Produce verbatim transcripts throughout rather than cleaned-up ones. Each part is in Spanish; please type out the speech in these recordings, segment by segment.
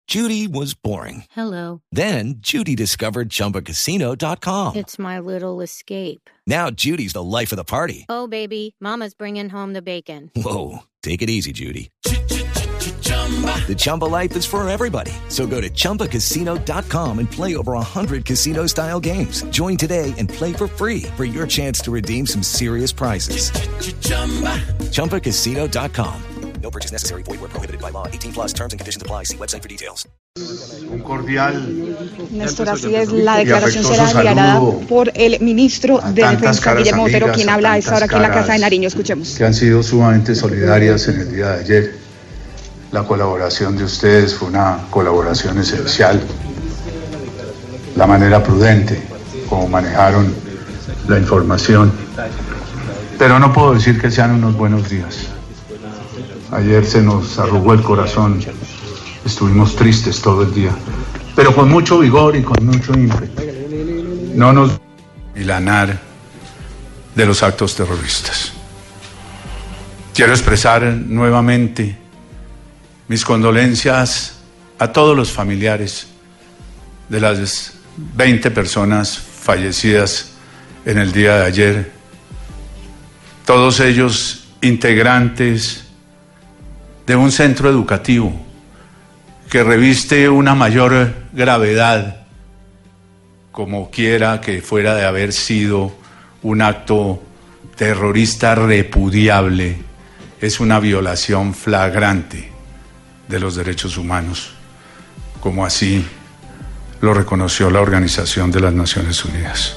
Judy was boring. Hello. Then Judy discovered Chumba Casino dot com. It's my little escape. Now Judy's the life of the party. Oh, baby, mama's bringing home the bacon. Whoa, take it easy, Judy. The Chumba life is for everybody. So go to Chumba Casino dot com and play over one hundred casino-style games. Join today and play for free for your chance to redeem some serious prizes. Chumba Casino dot com. No purchase necessary. Void where prohibited by law. eighteen plus terms and conditions apply. See website for details. Un cordial. Néstor, así es. La declaración será enviada por el ministro de Defensa, Guillermo Botero, quien habla a esta hora aquí en la Casa de Nariño. Escuchemos. Que han sido sumamente solidarias en el día de ayer. La colaboración de ustedes fue una colaboración esencial. La manera prudente como manejaron la información. Pero no puedo decir que sean unos buenos días. Ayer se nos arrugó el corazón, estuvimos tristes todo el día, pero con mucho vigor y con mucho ímpetu. No nos milanar de los actos terroristas. Quiero expresar nuevamente mis condolencias a todos los familiares de las veinte personas fallecidas en el día de ayer, todos ellos integrantes de un centro educativo que reviste una mayor gravedad, como quiera que fuera de haber sido un acto terrorista repudiable, es una violación flagrante de los derechos humanos, como así lo reconoció la Organización de las Naciones Unidas.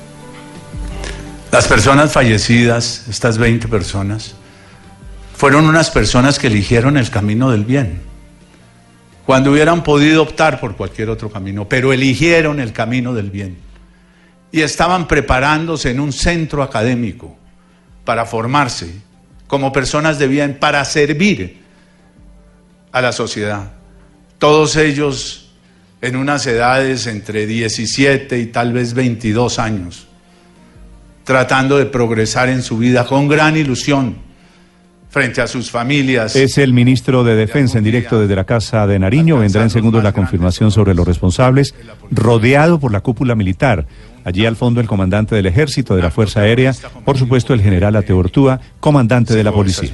Las personas fallecidas, estas veinte personas, fueron unas personas que eligieron el camino del bien, cuando hubieran podido optar por cualquier otro camino, pero eligieron el camino del bien y estaban preparándose en un centro académico para formarse como personas de bien, para servir a la sociedad. Todos ellos en unas edades entre diecisiete y tal vez veintidós años, tratando de progresar en su vida con gran ilusión frente a sus familias. Es el ministro de Defensa en directo desde la Casa de Nariño. Vendrá en segundos la confirmación sobre los responsables, rodeado por la cúpula militar. Allí al fondo el comandante del Ejército, de la Fuerza Aérea, por supuesto el general Ateo Ortúa, comandante de la Policía.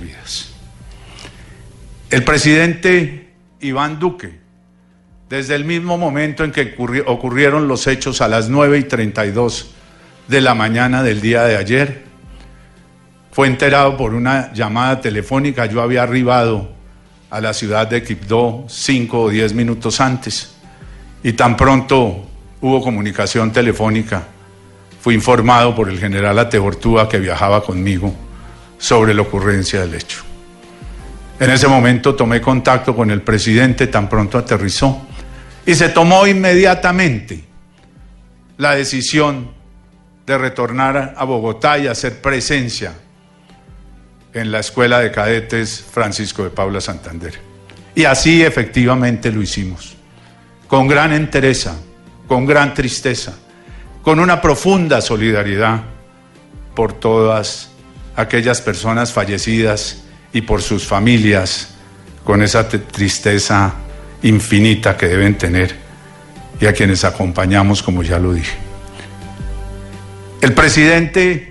El presidente Iván Duque, desde el mismo momento en que ocurrieron los hechos a las nueve y treinta y dos de la mañana del día de ayer, fue enterado por una llamada telefónica. Yo había arribado a la ciudad de Quibdó cinco o diez minutos antes y tan pronto hubo comunicación telefónica, fui informado por el general Ateo Ortúa, que viajaba conmigo, sobre la ocurrencia del hecho. En ese momento tomé contacto con el presidente tan pronto aterrizó y se tomó inmediatamente la decisión de retornar a Bogotá y hacer presencia en la Escuela de Cadetes Francisco de Paula Santander. Y así efectivamente lo hicimos, con gran entereza, con gran tristeza, con una profunda solidaridad por todas aquellas personas fallecidas y por sus familias, con esa tristeza infinita que deben tener, y a quienes acompañamos, como ya lo dije. El presidente,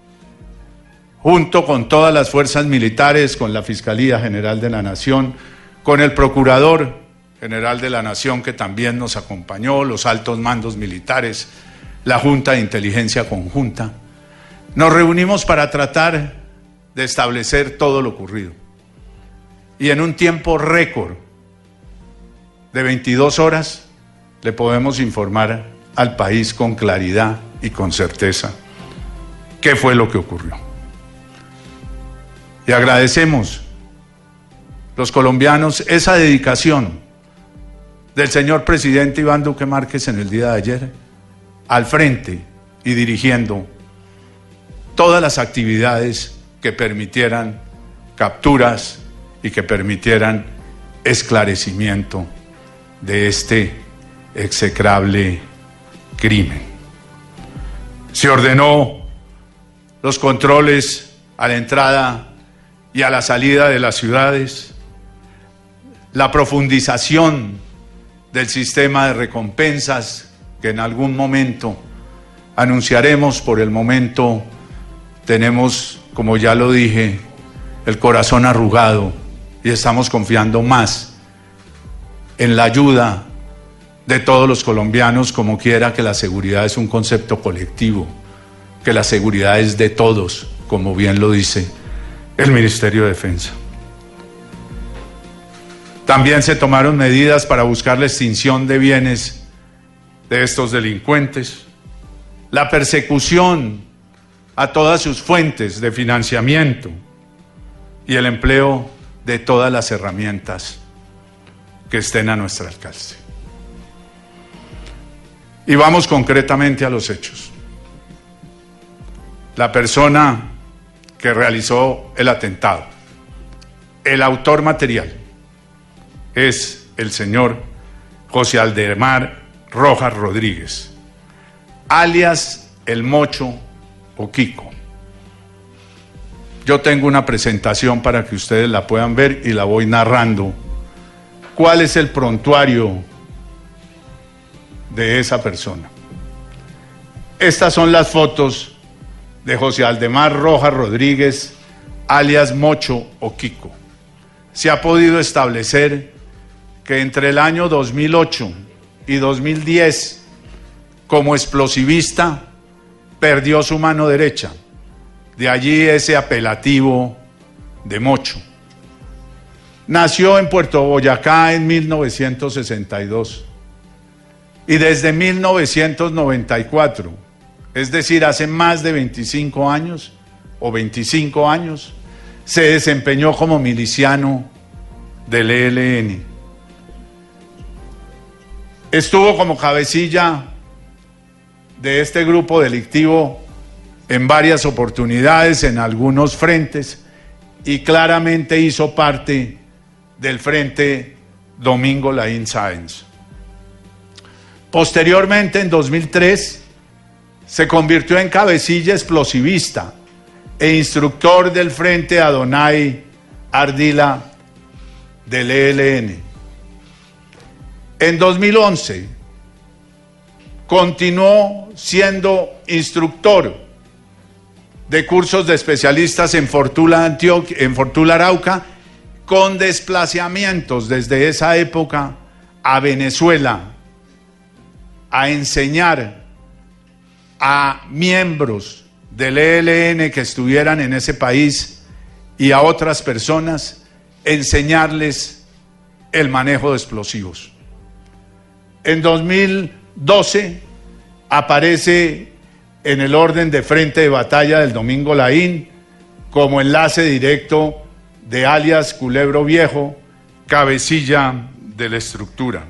junto con todas las fuerzas militares, con la Fiscalía General de la Nación, con el Procurador General de la Nación, que también nos acompañó, los altos mandos militares, la Junta de Inteligencia Conjunta, nos reunimos para tratar de establecer todo lo ocurrido. Y en un tiempo récord de veintidós horas le podemos informar al país con claridad y con certeza qué fue lo que ocurrió. Y agradecemos los colombianos esa dedicación del señor presidente Iván Duque Márquez en el día de ayer, al frente y dirigiendo todas las actividades que permitieran capturas y que permitieran esclarecimiento de este execrable crimen. Se ordenó los controles a la entrada y a la salida de las ciudades, la profundización del sistema de recompensas que en algún momento anunciaremos. Por el momento tenemos, como ya lo dije, el corazón arrugado y estamos confiando más en la ayuda de todos los colombianos, como quiera que la seguridad es un concepto colectivo, que la seguridad es de todos, como bien lo dice el Ministerio de Defensa. También se tomaron medidas para buscar la extinción de bienes de estos delincuentes, la persecución a todas sus fuentes de financiamiento y el empleo de todas las herramientas que estén a nuestro alcance. Y vamos concretamente a los hechos. La persona que realizó el atentado, el autor material, es el señor José Aldemar Rojas Rodríguez, alias El Mocho o Kiko. Yo tengo una presentación para que ustedes la puedan ver y la voy narrando. ¿Cuál es el prontuario de esa persona? Estas son las fotos de José Aldemar Rojas Rodríguez, alias Mocho o Kiko. Se ha podido establecer que entre el año dos mil ocho y dos mil diez, como explosivista, perdió su mano derecha. De allí ese apelativo de Mocho. Nació en Puerto Boyacá en mil novecientos sesenta y dos y desde mil novecientos noventa y cuatro, es decir, hace más de veinticinco años o veinticinco años, se desempeñó como miliciano del E L N. Estuvo como cabecilla de este grupo delictivo en varias oportunidades, en algunos frentes, y claramente hizo parte del Frente Domingo Laín Sáenz. Posteriormente, en dos mil tres, se convirtió en cabecilla explosivista e instructor del Frente Adonai Ardila del E L N. En dos mil once, continuó siendo instructor de cursos de especialistas en Fortuna, Antioquia, en Fortuna, Arauca, con desplazamientos desde esa época a Venezuela a enseñar a miembros del E L N que estuvieran en ese país y a otras personas, enseñarles el manejo de explosivos. En dos mil doce aparece en el orden de frente de batalla del Domingo Laín como enlace directo de alias Culebro Viejo, cabecilla de la estructura.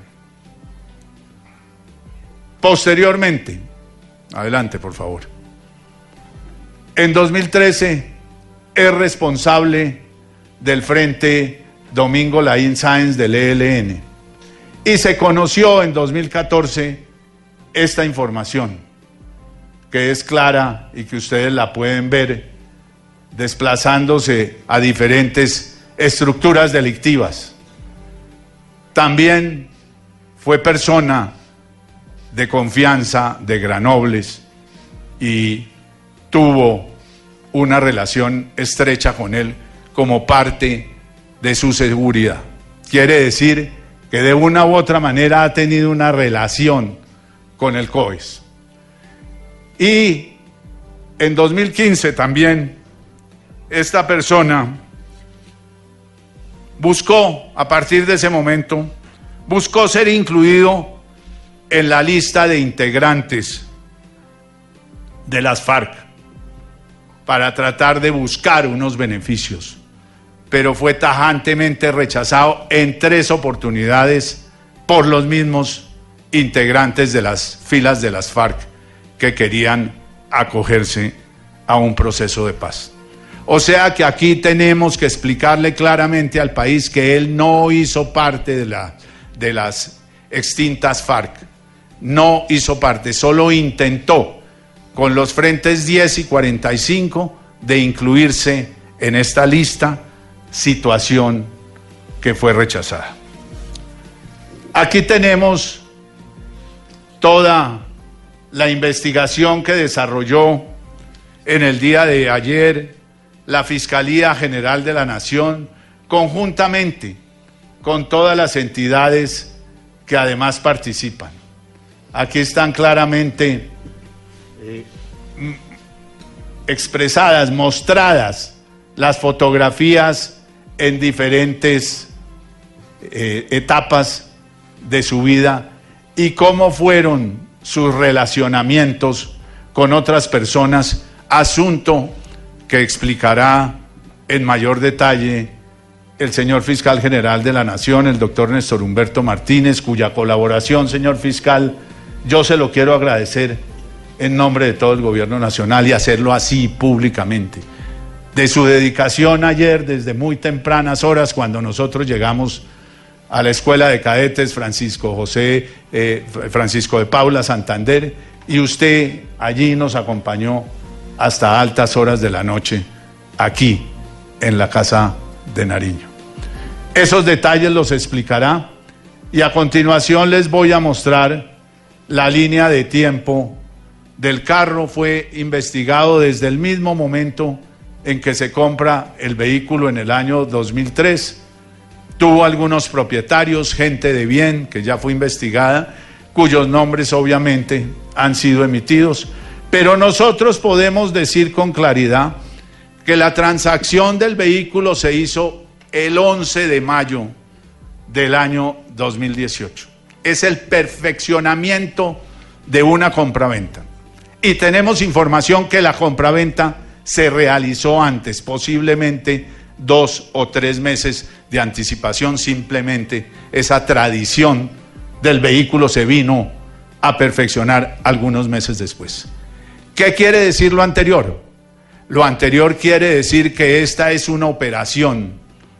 Posteriormente, adelante por favor, en dos mil trece es responsable del Frente Domingo Laín Sáenz del E L N y se conoció en dos mil catorce esta información, que es clara y que ustedes la pueden ver desplazándose a diferentes estructuras delictivas. También fue persona de confianza de Granobles y tuvo una relación estrecha con él como parte de su seguridad. Quiere decir que de una u otra manera ha tenido una relación con el COES. Y en dos mil quince también esta persona buscó, a partir de ese momento, buscó ser incluido en la lista de integrantes de las FARC para tratar de buscar unos beneficios, pero fue tajantemente rechazado en tres oportunidades por los mismos integrantes de las filas de las FARC que querían acogerse a un proceso de paz. O sea que aquí tenemos que explicarle claramente al país que él no hizo parte de, la, de las extintas FARC, no hizo parte, solo intentó con los frentes diez y cuarenta y cinco de incluirse en esta lista, situación que fue rechazada. Aquí tenemos toda la investigación que desarrolló en el día de ayer la Fiscalía General de la Nación, conjuntamente con todas las entidades que además participan. Aquí están claramente eh, expresadas, mostradas las fotografías en diferentes eh, etapas de su vida y cómo fueron sus relacionamientos con otras personas, asunto que explicará en mayor detalle el señor fiscal general de la Nación, el doctor Néstor Humberto Martínez, cuya colaboración, señor fiscal, yo se lo quiero agradecer en nombre de todo el gobierno nacional y hacerlo así públicamente. De su dedicación ayer desde muy tempranas horas, cuando nosotros llegamos a la Escuela de Cadetes Francisco José, eh, Francisco de Paula Santander, y usted allí nos acompañó hasta altas horas de la noche, aquí, en la Casa de Nariño. Esos detalles los explicará y a continuación les voy a mostrar la línea de tiempo del carro. Fue investigado desde el mismo momento en que se compra el vehículo en el año dos mil tres. Tuvo algunos propietarios, gente de bien que ya fue investigada, cuyos nombres obviamente han sido emitidos, pero nosotros podemos decir con claridad que la transacción del vehículo se hizo el once de mayo del año dos mil dieciocho. Es el perfeccionamiento de una compraventa. Y tenemos información que la compraventa se realizó antes, posiblemente dos o tres meses de anticipación. Simplemente esa tradición del vehículo se vino a perfeccionar algunos meses después. ¿Qué quiere decir lo anterior? Lo anterior quiere decir que esta es una operación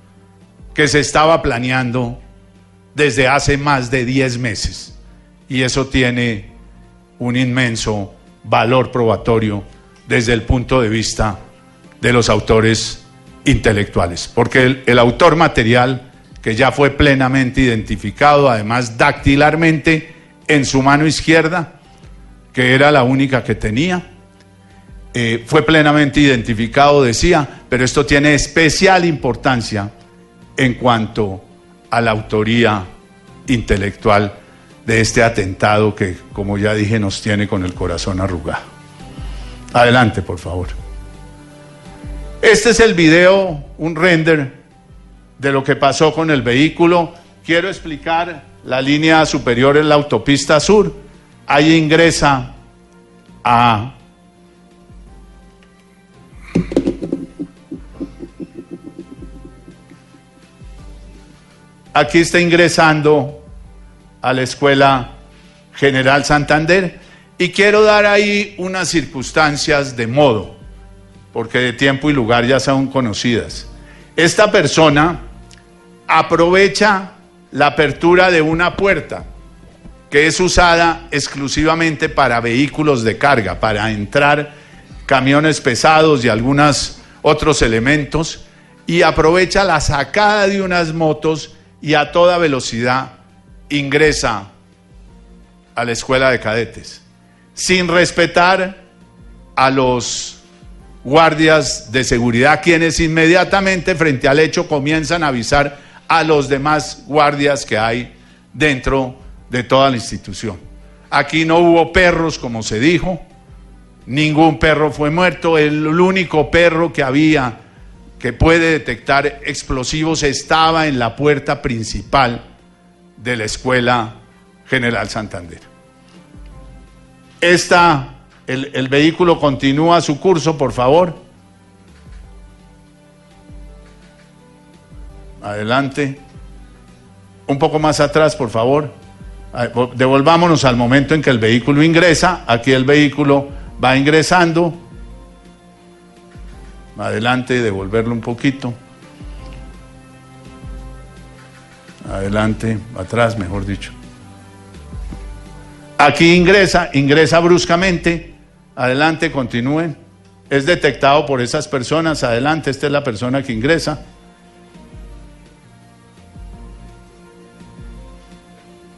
que se estaba planeando desde hace más de diez meses. Y eso tiene un inmenso valor probatorio desde el punto de vista de los autores intelectuales. Porque el, el autor material, que ya fue plenamente identificado, además dactilarmente en su mano izquierda, que era la única que tenía, eh, fue plenamente identificado, decía, pero esto tiene especial importancia en cuanto a la autoría intelectual de este atentado que, como ya dije, nos tiene con el corazón arrugado. Adelante, por favor. Este es el video, un render de lo que pasó con el vehículo. Quiero explicar, la línea superior en la autopista sur, ahí ingresa a aquí está ingresando a la Escuela General Santander y quiero dar ahí unas circunstancias de modo, porque de tiempo y lugar ya son conocidas. Esta persona aprovecha la apertura de una puerta que es usada exclusivamente para vehículos de carga, para entrar camiones pesados y algunos otros elementos, y aprovecha la sacada de unas motos y a toda velocidad ingresa a la Escuela de Cadetes, sin respetar a los guardias de seguridad, quienes inmediatamente frente al hecho comienzan a avisar a los demás guardias que hay dentro de toda la institución. Aquí no hubo perros, como se dijo, ningún perro fue muerto. El único perro que había que puede detectar explosivos estaba en la puerta principal de la Escuela General Santander. Esta, el, el vehículo continúa su curso, por favor. Adelante. Un poco más atrás, por favor. Devolvámonos al momento en que el vehículo ingresa. Aquí el vehículo va ingresando. Adelante, devolverlo un poquito. Adelante, atrás, mejor dicho. Aquí ingresa, ingresa bruscamente. Adelante, continúen. Es detectado por esas personas. Adelante, esta es la persona que ingresa.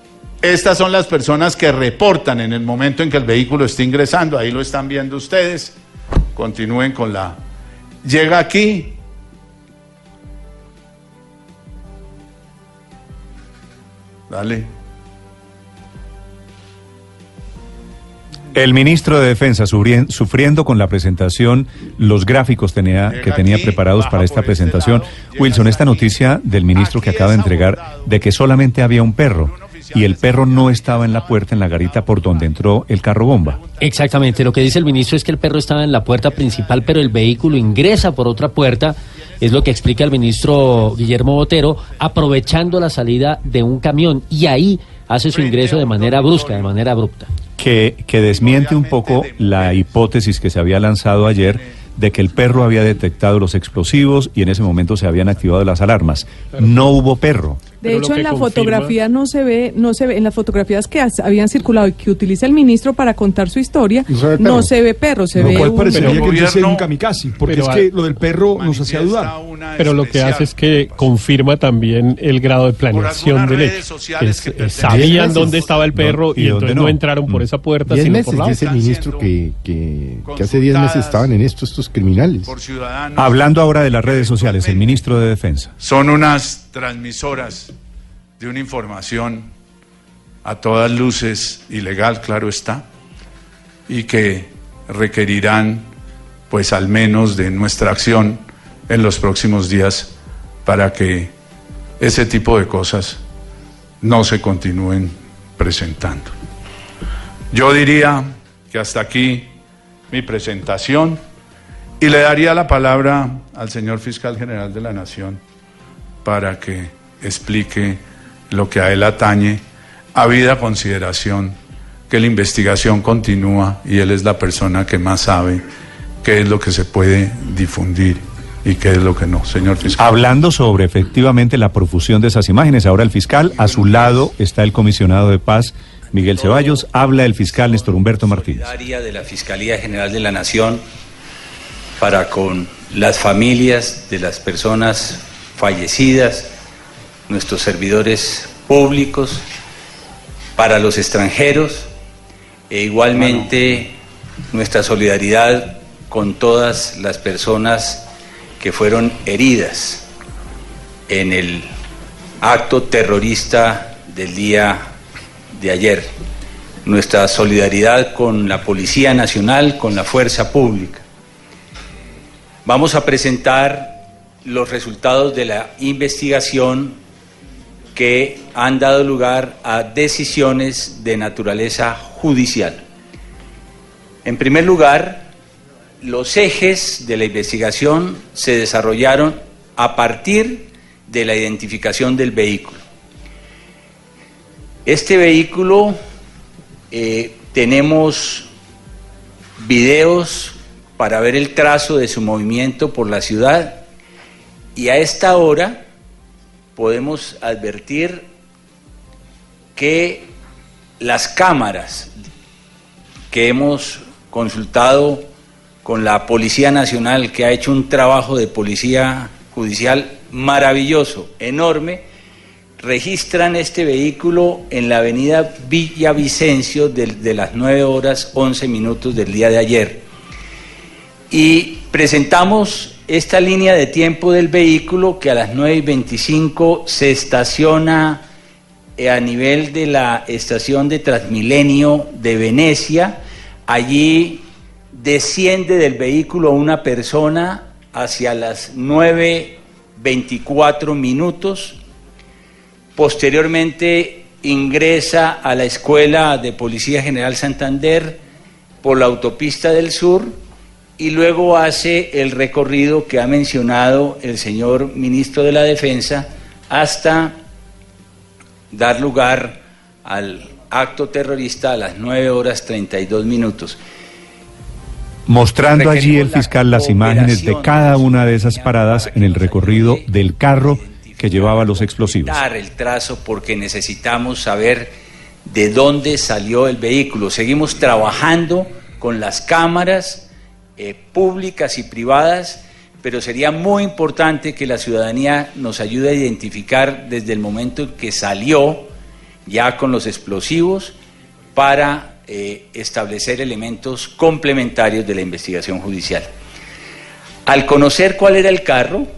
Estas son las personas que reportan en el momento en que el vehículo está ingresando. Ahí lo están viendo ustedes. Continúen con la... Llega aquí. Dale. El ministro de Defensa sufriendo con la presentación, los gráficos tenía, que tenía preparados para esta presentación. Wilson, esta noticia del ministro que acaba de entregar de que solamente había un perro y el perro no estaba en la puerta, en la garita por donde entró el carro bomba. Exactamente, lo que dice el ministro es que el perro estaba en la puerta principal, pero el vehículo ingresa por otra puerta, es lo que explica el ministro Guillermo Botero, aprovechando la salida de un camión, y ahí hace su ingreso de manera brusca, de manera abrupta. Que, que desmiente un poco la hipótesis que se había lanzado ayer de que el perro había detectado los explosivos y en ese momento se habían activado las alarmas. No hubo perro. De hecho, en la confirma... fotografía no se ve, no se ve, en las fotografías que has, habían circulado y que utiliza el ministro para contar su historia, no se ve perro, no se ve, perro, se lo ve cual un... parecería pero que entonces un kamikaze, porque es que lo del perro nos hacía dudar. Pero lo que hace es que confirma también el grado de planeación del hecho. Que es, que sabían dónde estaba el perro no, y, y entonces no? no entraron por esa puerta, diez sino meses, por la otra. Dice el ministro que, que, que hace diez meses estaban en esto estos criminales. Hablando ahora de las redes sociales, el ministro de Defensa. Son unas transmisoras de una información a todas luces ilegal, claro está, y que requerirán pues al menos de nuestra acción en los próximos días para que ese tipo de cosas no se continúen presentando. Yo diría que hasta aquí mi presentación y le daría la palabra al señor fiscal general de la Nación para que explique lo que a él atañe, habida consideración que la investigación continúa y él es la persona que más sabe qué es lo que se puede difundir y qué es lo que no, señor fiscal. Hablando sobre efectivamente la profusión de esas imágenes, ahora el fiscal, a su lado está el comisionado de paz, Miguel Ceballos, habla el fiscal Néstor Humberto Martínez. De la Fiscalía General de la Nación para con las familias de las personas fallecidas, nuestros servidores públicos, para los extranjeros, e igualmente nuestra solidaridad con todas las personas que fueron heridas en el acto terrorista del día de ayer. Nuestra solidaridad con la Policía Nacional, con la Fuerza Pública. Vamos a presentar los resultados de la investigación que han dado lugar a decisiones de naturaleza judicial. En primer lugar, los ejes de la investigación se desarrollaron a partir de la identificación del vehículo. Este vehículo, eh, tenemos videos para ver el trazo de su movimiento por la ciudad y a esta hora podemos advertir que las cámaras que hemos consultado con la Policía Nacional, que ha hecho un trabajo de policía judicial maravilloso, enorme, registran este vehículo en la avenida Villavicencio de, de las nueve horas once minutos del día de ayer. Y presentamos esta línea de tiempo del vehículo que a las nueve y veinticinco se estaciona a nivel de la estación de Transmilenio de Venecia. Allí desciende del vehículo una persona hacia las nueve veinticuatro minutos. Posteriormente ingresa a la Escuela de Policía General Santander por la autopista del Sur y luego hace el recorrido que ha mencionado el señor ministro de la Defensa hasta dar lugar al acto terrorista a las nueve horas treinta y dos minutos. Mostrando allí el fiscal las imágenes de cada una de esas paradas en el recorrido del carro que llevaba los explosivos. El trazo porque necesitamos saber de dónde salió el vehículo. Seguimos trabajando con las cámaras eh, públicas y privadas, pero sería muy importante que la ciudadanía nos ayude a identificar desde el momento en que salió ya con los explosivos, para eh, establecer elementos complementarios de la investigación judicial. Al conocer cuál era el carro,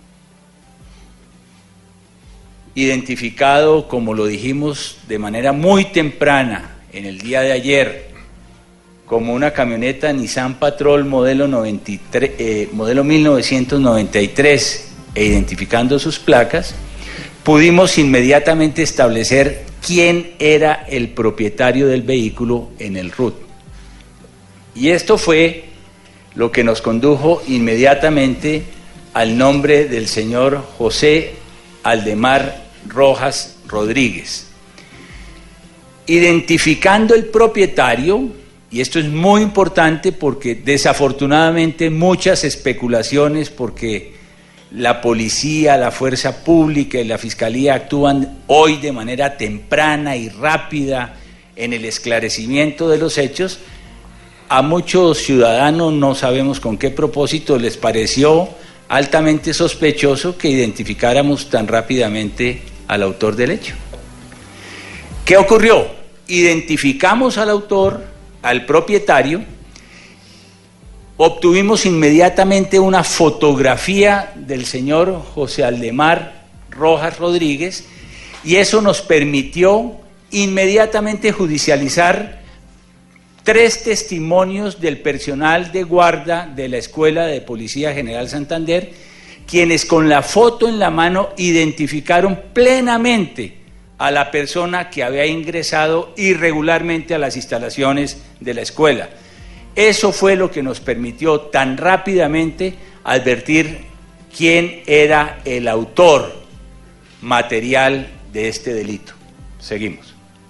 identificado, como lo dijimos, de manera muy temprana en el día de ayer, como una camioneta Nissan Patrol modelo, noventa y tres, eh, modelo mil novecientos noventa y tres, e identificando sus placas, pudimos inmediatamente establecer quién era el propietario del vehículo en el R U T. Y esto fue lo que nos condujo inmediatamente al nombre del señor José Aldemar Rojas Rodríguez. Identificando el propietario, y esto es muy importante porque desafortunadamente muchas especulaciones, porque la policía, la fuerza pública y la fiscalía actúan hoy de manera temprana y rápida en el esclarecimiento de los hechos, a muchos ciudadanos, no sabemos con qué propósito, les pareció altamente sospechoso que identificáramos tan rápidamente al autor del hecho. ¿Qué ocurrió? Identificamos al autor, al propietario, obtuvimos inmediatamente una fotografía del señor José Aldemar Rojas Rodríguez y eso nos permitió inmediatamente judicializar tres testimonios del personal de guarda de la Escuela de Policía General Santander, quienes con la foto en la mano identificaron plenamente a la persona que había ingresado irregularmente a las instalaciones de la escuela. Eso fue lo que nos permitió tan rápidamente advertir quién era el autor material de este delito. Seguimos.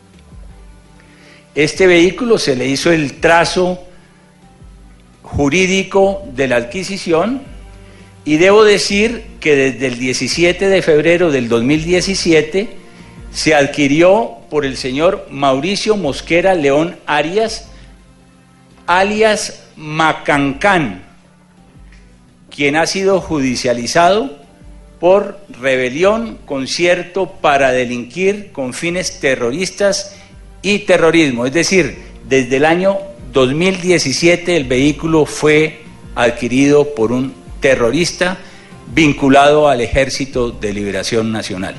Este vehículo se le hizo el trazo jurídico de la adquisición y debo decir que desde el diecisiete de febrero del dos mil diecisiete se adquirió por el señor Mauricio Mosquera León Arias, alias Macancán, quien ha sido judicializado por rebelión, concierto para delinquir con fines terroristas y terrorismo. Es decir, desde el año dos mil diecisiete el vehículo fue adquirido por un terrorista vinculado al Ejército de Liberación Nacional.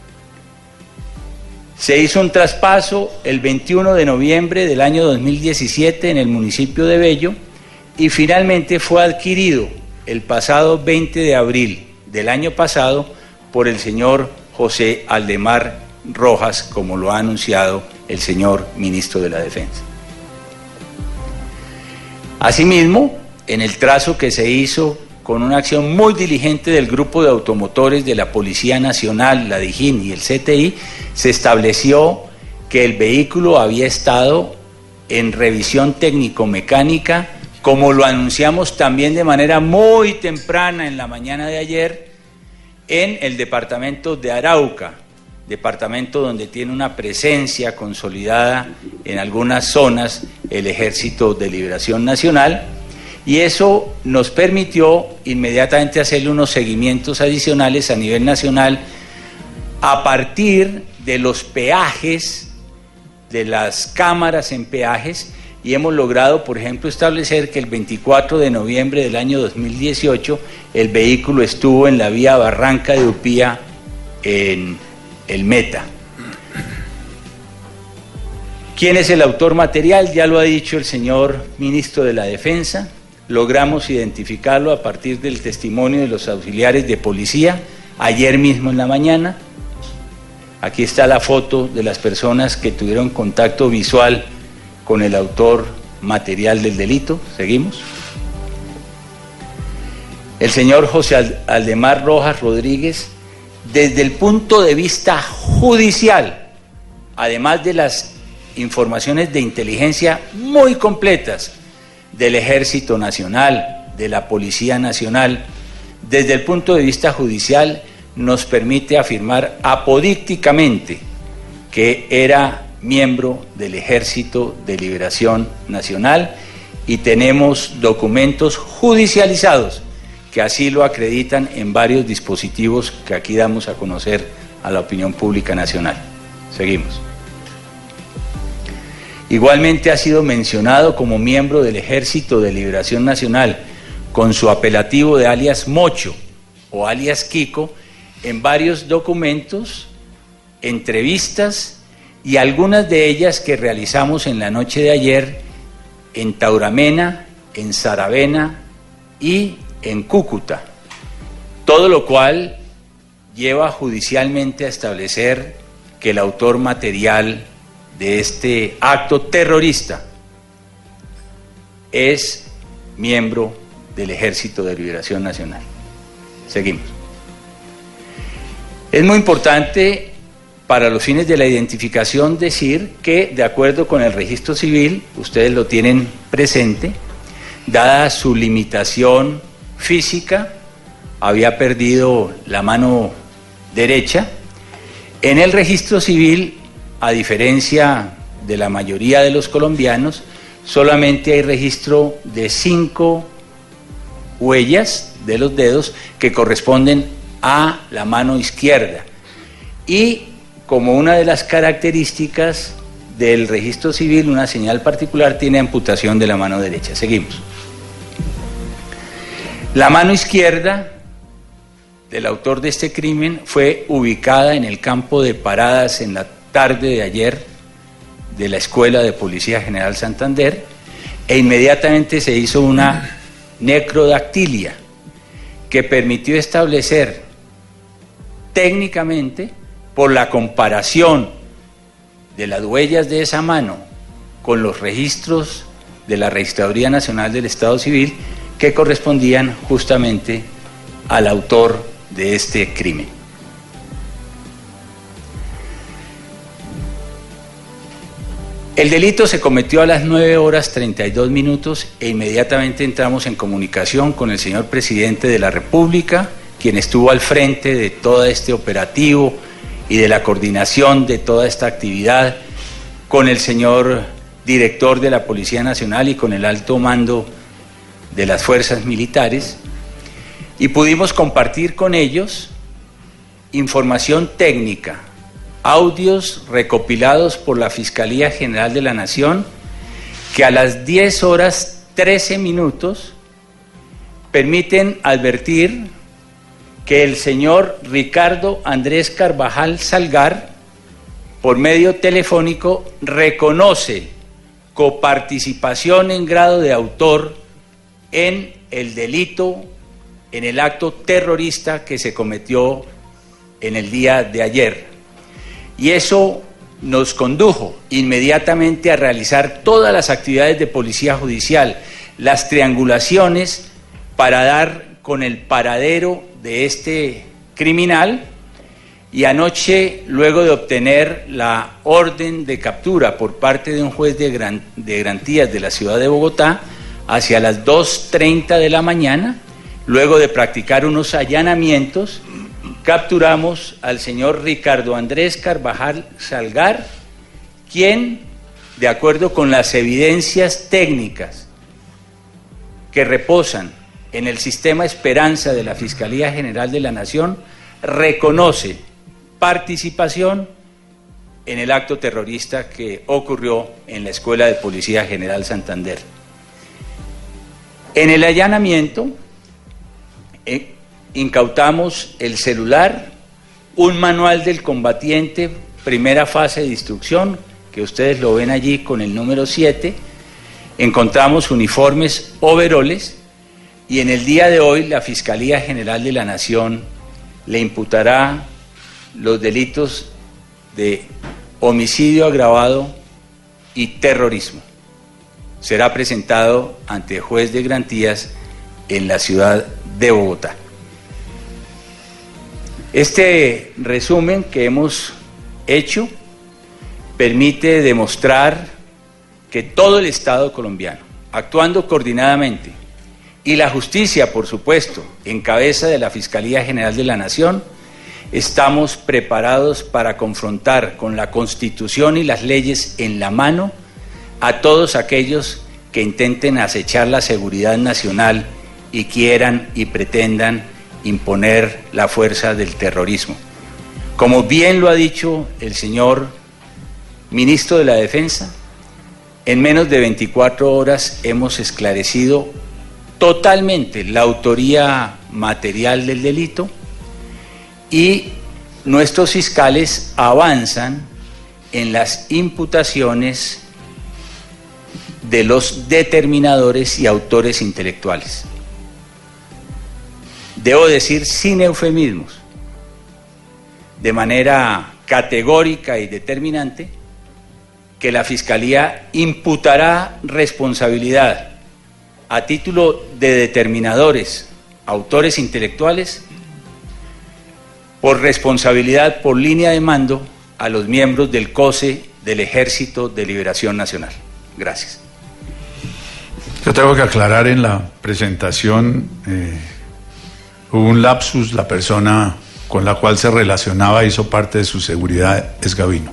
Se hizo un traspaso el veintiuno de noviembre del año dos mil diecisiete en el municipio de Bello y finalmente fue adquirido el pasado veinte de abril del año pasado por el señor José Aldemar Rojas, como lo ha anunciado el señor ministro de la Defensa. Asimismo, en el trazo que se hizo con una acción muy diligente del Grupo de Automotores de la Policía Nacional, la DIJÍN y el C T I, se estableció que el vehículo había estado en revisión técnico-mecánica, como lo anunciamos también de manera muy temprana en la mañana de ayer, en el departamento de Arauca, departamento donde tiene una presencia consolidada en algunas zonas el Ejército de Liberación Nacional, y eso nos permitió inmediatamente hacerle unos seguimientos adicionales a nivel nacional a partir de los peajes, de las cámaras en peajes, y hemos logrado, por ejemplo, establecer que el veinticuatro de noviembre del año dos mil dieciocho el vehículo estuvo en la vía Barranca de Upía en el Meta. ¿Quién es el autor material? Ya lo ha dicho el señor ministro de la Defensa. Logramos identificarlo a partir del testimonio de los auxiliares de policía ayer mismo en la mañana. Aquí está la foto de las personas que tuvieron contacto visual con el autor material del delito. Seguimos. El señor José Aldemar Rojas Rodríguez, desde el punto de vista judicial, además de las informaciones de inteligencia muy completas del Ejército Nacional, de la Policía Nacional, desde el punto de vista judicial nos permite afirmar apodícticamente que era miembro del Ejército de Liberación Nacional y tenemos documentos judicializados que así lo acreditan en varios dispositivos que aquí damos a conocer a la opinión pública nacional. Seguimos. Igualmente ha sido mencionado como miembro del Ejército de Liberación Nacional con su apelativo de alias Mocho o alias Kiko en varios documentos, entrevistas y algunas de ellas que realizamos en la noche de ayer en Tauramena, en Saravena y en Cúcuta, todo lo cual lleva judicialmente a establecer que el autor material de este acto terrorista es miembro del Ejército de Liberación Nacional. Seguimos. Es muy importante para los fines de la identificación decir que, de acuerdo con el registro civil, ustedes lo tienen presente, dada su limitación física, había perdido la mano derecha. En el registro civil, a diferencia de la mayoría de los colombianos, solamente hay registro de cinco huellas de los dedos que corresponden a la mano izquierda. Y como una de las características del registro civil, una señal particular tiene amputación de la mano derecha. Seguimos. La mano izquierda del autor de este crimen fue ubicada en el campo de paradas en la tarde de ayer de la Escuela de Policía General Santander, e inmediatamente se hizo una necrodactilia que permitió establecer técnicamente, por la comparación de las huellas de esa mano con los registros de la Registraduría Nacional del Estado Civil, que correspondían justamente al autor de este crimen. El delito se cometió a las nueve horas treinta y dos minutos e inmediatamente entramos en comunicación con el señor presidente de la República, quien estuvo al frente de todo este operativo y de la coordinación de toda esta actividad, con el señor director de la Policía Nacional y con el alto mando de las fuerzas militares, y pudimos compartir con ellos información técnica, audios recopilados por la Fiscalía General de la Nación, que a las diez horas trece minutos permiten advertir que el señor Ricardo Andrés Carvajal Salgar, por medio telefónico, reconoce coparticipación en grado de autor en el delito, en el acto terrorista que se cometió en el día de ayer. Y eso nos condujo inmediatamente a realizar todas las actividades de policía judicial, las triangulaciones para dar con el paradero de este criminal, y anoche, luego de obtener la orden de captura por parte de un juez de, gran, de garantías de la ciudad de Bogotá, hacia las dos treinta de la mañana, luego de practicar unos allanamientos, capturamos al señor Ricardo Andrés Carvajal Salgar, quien, de acuerdo con las evidencias técnicas que reposan en el sistema Esperanza de la Fiscalía General de la Nación, reconoce participación en el acto terrorista que ocurrió en la Escuela de Policía General Santander. En el allanamiento eh, incautamos el celular, un manual del combatiente, primera fase de instrucción, que ustedes lo ven allí con el número siete, encontramos uniformes, overoles, y en el día de hoy la Fiscalía General de la Nación le imputará los delitos de homicidio agravado y terrorismo. Será presentado ante el juez de garantías en la ciudad de Bogotá. Este resumen que hemos hecho permite demostrar que todo el Estado colombiano, actuando coordinadamente, y la justicia, por supuesto, en cabeza de la Fiscalía General de la Nación, estamos preparados para confrontar con la Constitución y las leyes en la mano a todos aquellos que intenten acechar la seguridad nacional y quieran y pretendan imponer la fuerza del terrorismo. Como bien lo ha dicho el señor ministro de la Defensa, En menos de veinticuatro horas hemos esclarecido totalmente la autoría material del delito y nuestros fiscales avanzan en las imputaciones de los determinadores y autores intelectuales. Debo decir sin eufemismos, de manera categórica y determinante, que la Fiscalía imputará responsabilidad a título de determinadores, autores intelectuales, por responsabilidad por línea de mando a los miembros del C O S E del Ejército de Liberación Nacional. Gracias. Yo tengo que aclarar en la presentación, eh, hubo un lapsus, la persona con la cual se relacionaba hizo parte de su seguridad es Gavino.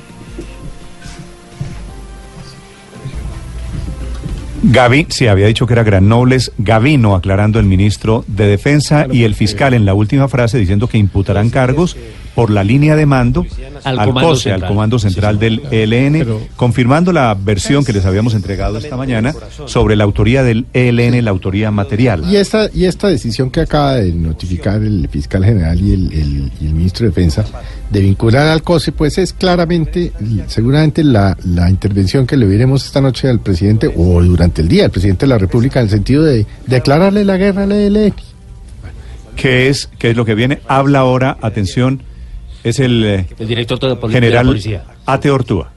Gavi, sí, había dicho que era Granobles, Gavino, aclarando el ministro de Defensa, y el fiscal en la última frase diciendo que imputarán cargos por la línea de mando al, al C O S E, al Comando Central sí, del E L N, pero, confirmando la versión que les habíamos entregado esta mañana sobre la autoría del E L N, la autoría material. Y esta, y esta decisión que acaba de notificar el fiscal general y el, el, y el ministro de Defensa de vincular al C O S E, pues es claramente, seguramente la, la intervención que le veremos esta noche al presidente, o durante el día al presidente de la República, en el sentido de declararle la guerra al E L N. ¿Qué es, qué es lo que viene? Habla ahora, atención, es el, eh, el director de poli- general de la policía, Ate Ortúa.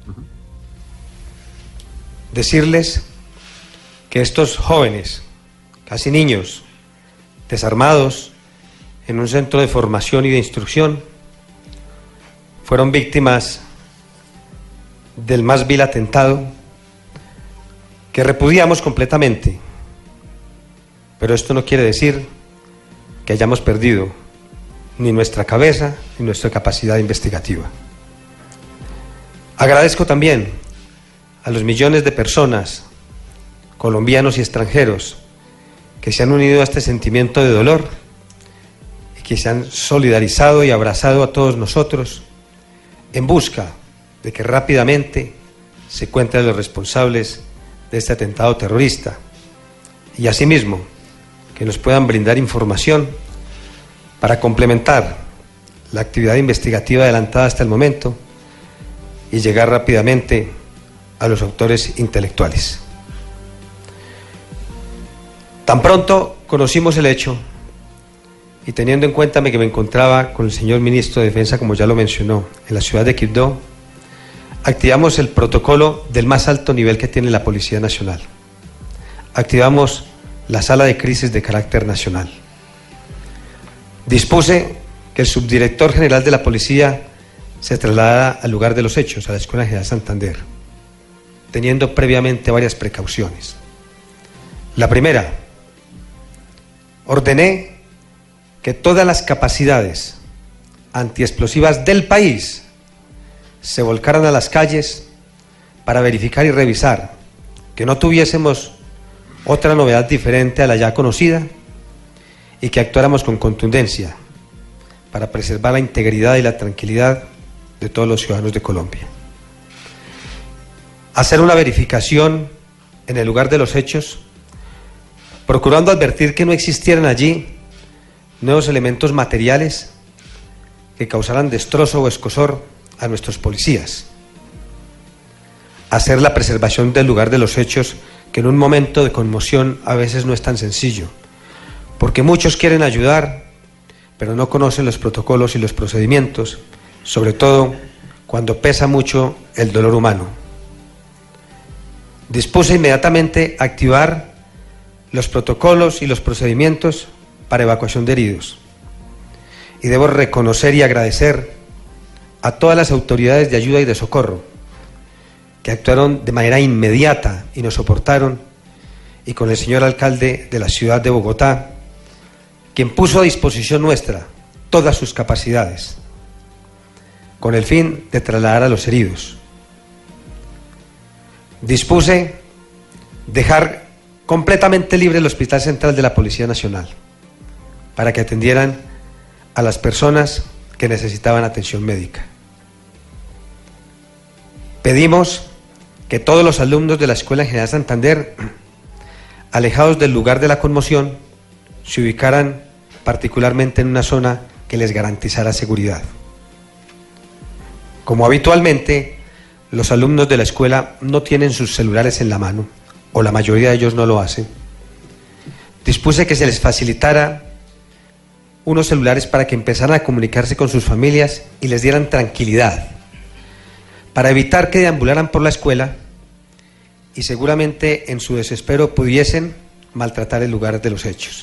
Decirles que estos jóvenes, casi niños, desarmados en un centro de formación y de instrucción, fueron víctimas del más vil atentado que repudiamos completamente, pero esto no quiere decir que hayamos perdido ni nuestra cabeza ni nuestra capacidad investigativa. Agradezco también a los millones de personas, colombianos y extranjeros, que se han unido a este sentimiento de dolor y que se han solidarizado y abrazado a todos nosotros en busca de que rápidamente se encuentren los responsables de este atentado terrorista y asimismo que nos puedan brindar información para complementar la actividad investigativa adelantada hasta el momento y llegar rápidamente a los autores intelectuales. Tan pronto conocimos el hecho y teniendo en cuenta que me encontraba con el señor ministro de Defensa, como ya lo mencionó, en la ciudad de Quibdó, activamos el protocolo del más alto nivel que tiene la Policía Nacional. Activamos la sala de crisis de carácter nacional. Dispuse que el subdirector general de la policía se trasladara al lugar de los hechos, a la Escuela General Santander, teniendo previamente varias precauciones. La primera, ordené que todas las capacidades antiexplosivas del país se volcaran a las calles para verificar y revisar que no tuviésemos otra novedad diferente a la ya conocida y que actuáramos con contundencia para preservar la integridad y la tranquilidad de todos los ciudadanos de Colombia. Hacer una verificación en el lugar de los hechos, procurando advertir que no existieran allí nuevos elementos materiales que causaran destrozo o escozor a nuestros policías. Hacer la preservación del lugar de los hechos, que en un momento de conmoción a veces no es tan sencillo, porque muchos quieren ayudar, pero no conocen los protocolos y los procedimientos, sobre todo cuando pesa mucho el dolor humano. Dispuse inmediatamente a activar los protocolos y los procedimientos para evacuación de heridos. Y debo reconocer y agradecer a todas las autoridades de ayuda y de socorro que actuaron de manera inmediata y nos soportaron, y con el señor alcalde de la ciudad de Bogotá, quien puso a disposición nuestra todas sus capacidades, con el fin de trasladar a los heridos. Dispuse dejar completamente libre el Hospital Central de la Policía Nacional para que atendieran a las personas que necesitaban atención médica. Pedimos que todos los alumnos de la Escuela General Santander, alejados del lugar de la conmoción, se ubicaran particularmente en una zona que les garantizara seguridad. Como habitualmente, los alumnos de la escuela no tienen sus celulares en la mano, o la mayoría de ellos no lo hacen, dispuse que se les facilitara unos celulares para que empezaran a comunicarse con sus familias y les dieran tranquilidad, para evitar que deambularan por la escuela y seguramente en su desespero pudiesen maltratar el lugar de los hechos.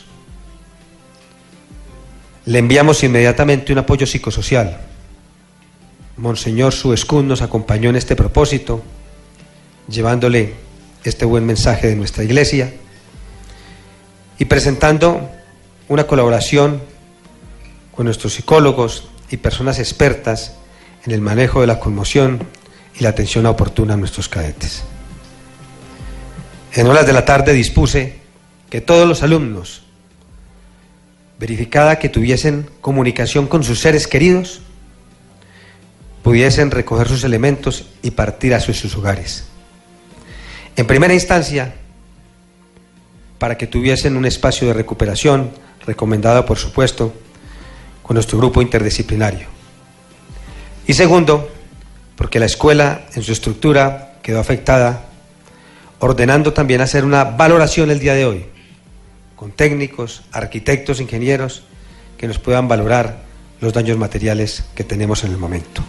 Le enviamos inmediatamente un apoyo psicosocial. Monseñor Suescún nos acompañó en este propósito, llevándole este buen mensaje de nuestra iglesia y presentando una colaboración con nuestros psicólogos y personas expertas en el manejo de la conmoción y la atención oportuna a nuestros cadetes. En horas de la tarde dispuse que todos los alumnos, verificada que tuviesen comunicación con sus seres queridos, pudiesen recoger sus elementos y partir hacia sus hogares. En primera instancia, para que tuviesen un espacio de recuperación, recomendado por supuesto con nuestro grupo interdisciplinario. Y segundo, porque la escuela en su estructura quedó afectada, ordenando también hacer una valoración el día de hoy, con técnicos, arquitectos, ingenieros, que nos puedan valorar los daños materiales que tenemos en el momento.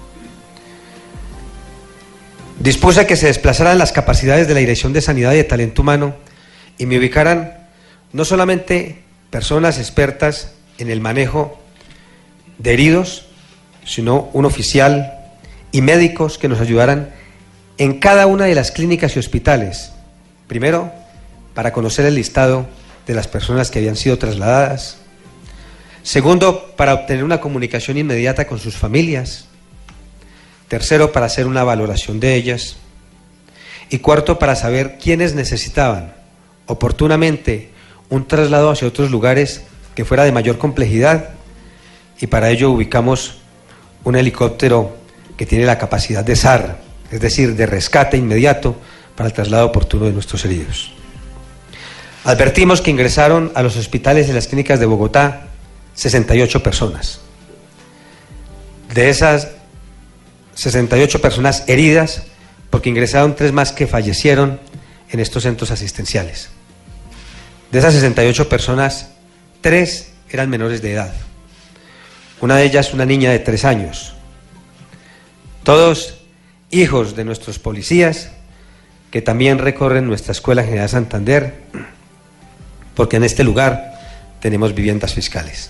Dispuse que se desplazaran las capacidades de la Dirección de Sanidad y de Talento Humano y me ubicaran no solamente personas expertas en el manejo de heridos, sino un oficial y médicos que nos ayudaran en cada una de las clínicas y hospitales. Primero, para conocer el listado de las personas que habían sido trasladadas. Segundo, para obtener una comunicación inmediata con sus familias. Tercero, para hacer una valoración de ellas. Y cuarto, para saber quiénes necesitaban oportunamente un traslado hacia otros lugares que fuera de mayor complejidad, y para ello ubicamos un helicóptero que tiene la capacidad de S A R, es decir, de rescate inmediato para el traslado oportuno de nuestros heridos. Advertimos que ingresaron a los hospitales y las clínicas de Bogotá sesenta y ocho personas. De esas sesenta y ocho personas heridas, porque ingresaron tres más que fallecieron en estos centros asistenciales. De esas sesenta y ocho personas, tres eran menores de edad. Una de ellas, una niña de tres años. Todos hijos de nuestros policías, que también recorren nuestra Escuela General Santander, porque en este lugar tenemos viviendas fiscales.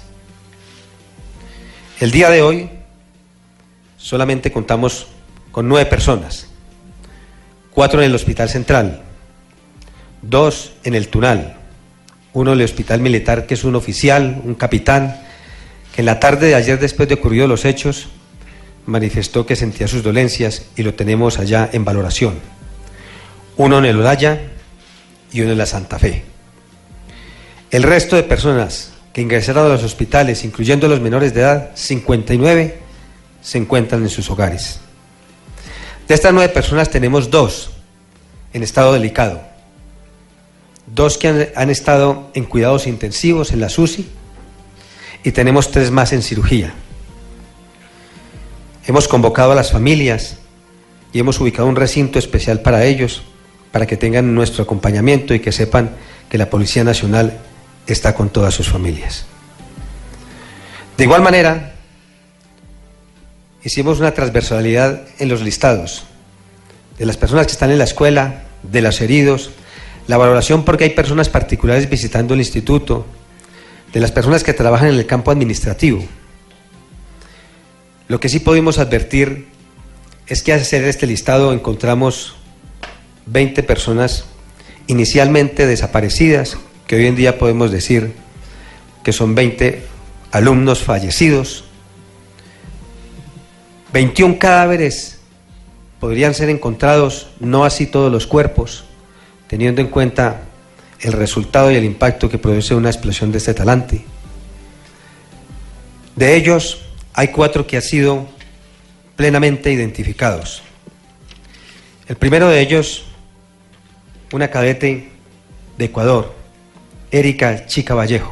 El día de hoy solamente contamos con nueve personas, cuatro en el Hospital Central, dos en el Tunal, uno en el Hospital Militar, que es un oficial, un capitán, que en la tarde de ayer, después de ocurridos los hechos, manifestó que sentía sus dolencias y lo tenemos allá en valoración. Uno en el Olaya y uno en la Santa Fe. El resto de personas que ingresaron a los hospitales, incluyendo los menores de edad, cincuenta y nueve, se encuentran en sus hogares. De estas nueve personas tenemos dos en estado delicado, dos que han, han estado en cuidados intensivos en la S U S I y tenemos tres más en cirugía. Hemos convocado a las familias y hemos ubicado un recinto especial para ellos, para que tengan nuestro acompañamiento y que sepan que la Policía Nacional está con todas sus familias. De igual manera, hicimos una transversalidad en los listados de las personas que están en la escuela, de los heridos, la valoración porque hay personas particulares visitando el instituto, de las personas que trabajan en el campo administrativo. Lo que sí pudimos advertir es que al hacer este listado encontramos veinte personas inicialmente desaparecidas, que hoy en día podemos decir que son veinte alumnos fallecidos. veintiún cadáveres podrían ser encontrados, no así todos los cuerpos, teniendo en cuenta el resultado y el impacto que produce una explosión de este talante. De ellos, hay cuatro que han sido plenamente identificados. El primero de ellos, una cadete de Ecuador, Erika Chica Vallejo,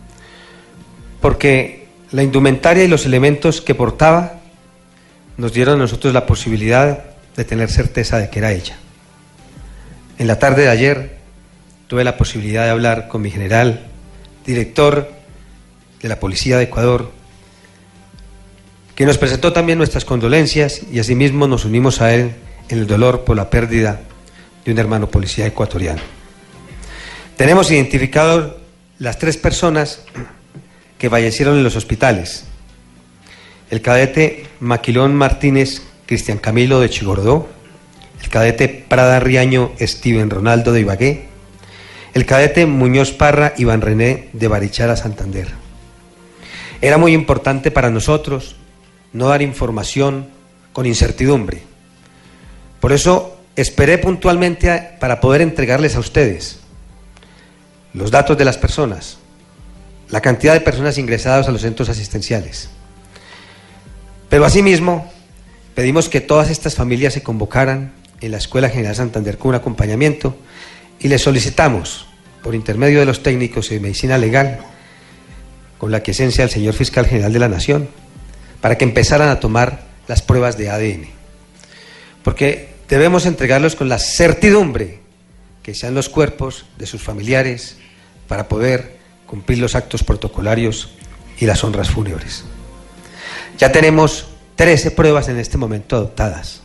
porque la indumentaria y los elementos que portaba nos dieron a nosotros la posibilidad de tener certeza de que era ella. En la tarde de ayer tuve la posibilidad de hablar con mi general, director de la Policía de Ecuador, que nos presentó también nuestras condolencias y asimismo nos unimos a él en el dolor por la pérdida de un hermano policía ecuatoriano. Tenemos identificado las tres personas que fallecieron en los hospitales: el cadete Maquilón Martínez Cristian Camilo de Chigorodó, el cadete Prada Riaño Steven Ronaldo de Ibagué, el cadete Muñoz Parra Iván René de Barichara, Santander. Era muy importante para nosotros no dar información con incertidumbre. Por eso esperé puntualmente a, para poder entregarles a ustedes los datos de las personas, la cantidad de personas ingresadas a los centros asistenciales. Pero asimismo, pedimos que todas estas familias se convocaran en la Escuela General Santander con un acompañamiento y les solicitamos, por intermedio de los técnicos de medicina legal, con la quiesencia del señor Fiscal General de la Nación, para que empezaran a tomar las pruebas de A D N. Porque debemos entregarlos con la certidumbre que sean los cuerpos de sus familiares para poder cumplir los actos protocolarios y las honras fúnebres. Ya tenemos trece pruebas en este momento adoptadas.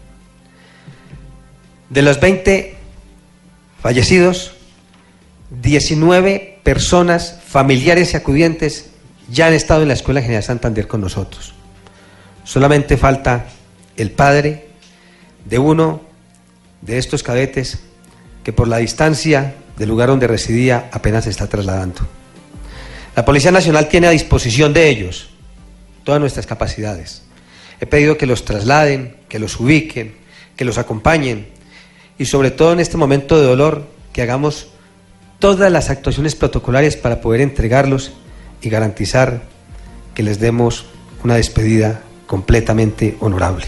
De los veinte fallecidos, diecinueve personas, familiares y acudientes, ya han estado en la Escuela General Santander con nosotros. Solamente falta el padre de uno de estos cadetes que por la distancia del lugar donde residía apenas se está trasladando. La Policía Nacional tiene a disposición de ellos todas nuestras capacidades. He pedido que los trasladen, que los ubiquen, que los acompañen y sobre todo en este momento de dolor que hagamos todas las actuaciones protocolarias para poder entregarlos y garantizar que les demos una despedida completamente honorable.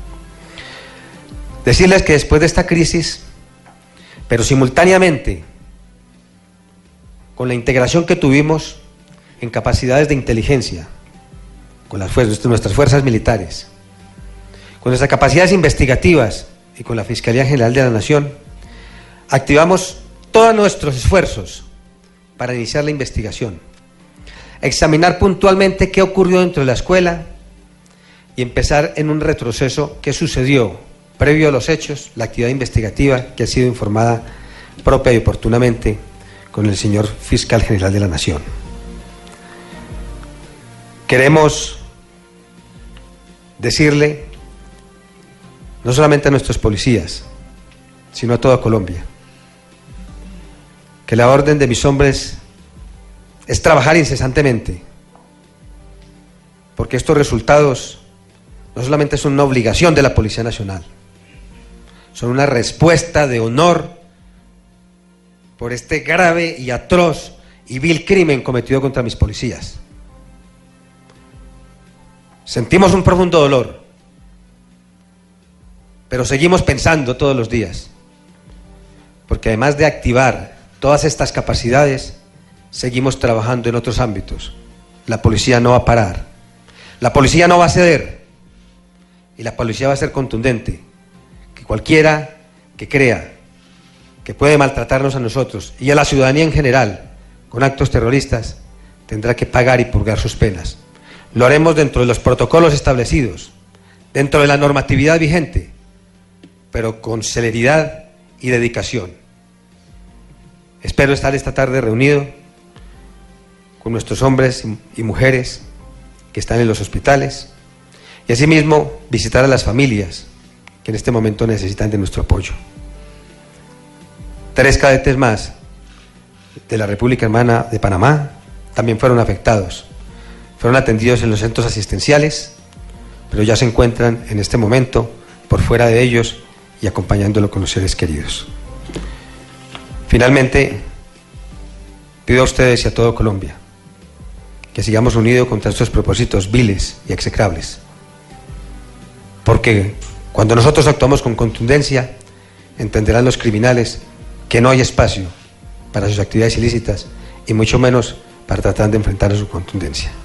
Decirles que después de esta crisis, pero simultáneamente con la integración que tuvimos en capacidades de inteligencia, con las fuerzas, nuestras fuerzas militares, con nuestras capacidades investigativas y con la Fiscalía General de la Nación, activamos todos nuestros esfuerzos para iniciar la investigación, examinar puntualmente qué ocurrió dentro de la escuela y empezar en un retroceso qué sucedió previo a los hechos, la actividad investigativa que ha sido informada propia y oportunamente con el señor Fiscal General de la Nación. Queremos decirle, no solamente a nuestros policías, sino a toda Colombia, que la orden de mis hombres es trabajar incesantemente, porque estos resultados no solamente son una obligación de la Policía Nacional, son una respuesta de honor por este grave y atroz y vil crimen cometido contra mis policías. Sentimos un profundo dolor, pero seguimos pensando todos los días, porque además de activar todas estas capacidades, seguimos trabajando en otros ámbitos. La policía no va a parar, la policía no va a ceder y la policía va a ser contundente. Que cualquiera que crea que puede maltratarnos a nosotros y a la ciudadanía en general con actos terroristas tendrá que pagar y purgar sus penas. Lo haremos dentro de los protocolos establecidos, dentro de la normatividad vigente, pero con celeridad y dedicación. Espero estar esta tarde reunido con nuestros hombres y mujeres que están en los hospitales y asimismo visitar a las familias que en este momento necesitan de nuestro apoyo. Tres cadetes más de la República Hermana de Panamá también fueron afectados. Fueron atendidos en los centros asistenciales, pero ya se encuentran en este momento por fuera de ellos y acompañándolo con los seres queridos. Finalmente, pido a ustedes y a todo Colombia que sigamos unidos contra estos propósitos viles y execrables, porque Cuando nosotros actuamos con contundencia, entenderán los criminales que no hay espacio para sus actividades ilícitas y mucho menos para tratar de enfrentar a su contundencia.